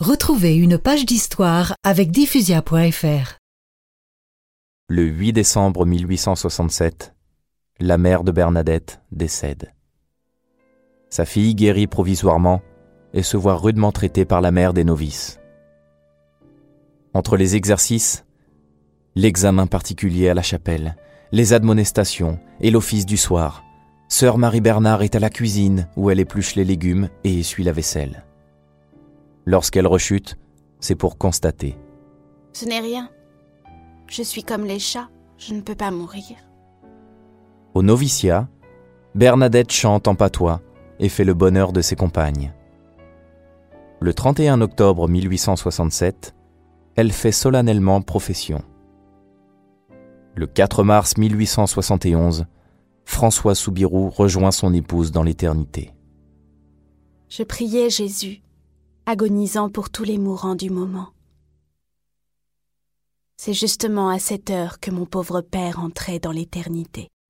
Retrouvez une page d'histoire avec diffusia.fr. Le 8 décembre 1867, la mère de Bernadette décède. Sa fille guérit provisoirement et se voit rudement traitée par la mère des novices. Entre les exercices, l'examen particulier à la chapelle, les admonestations et l'office du soir, sœur Marie-Bernard est à la cuisine où elle épluche les légumes et essuie la vaisselle. Lorsqu'elle rechute, c'est pour constater. Ce n'est rien. Je suis comme les chats, je ne peux pas mourir. Au noviciat, Bernadette chante en patois et fait le bonheur de ses compagnes. Le 31 octobre 1867, elle fait solennellement profession. Le 4 mars 1871, François Soubirous rejoint son épouse dans l'éternité. Je priais Jésus, agonisant pour tous les mourants du moment. C'est justement à cette heure que mon pauvre père entrait dans l'éternité.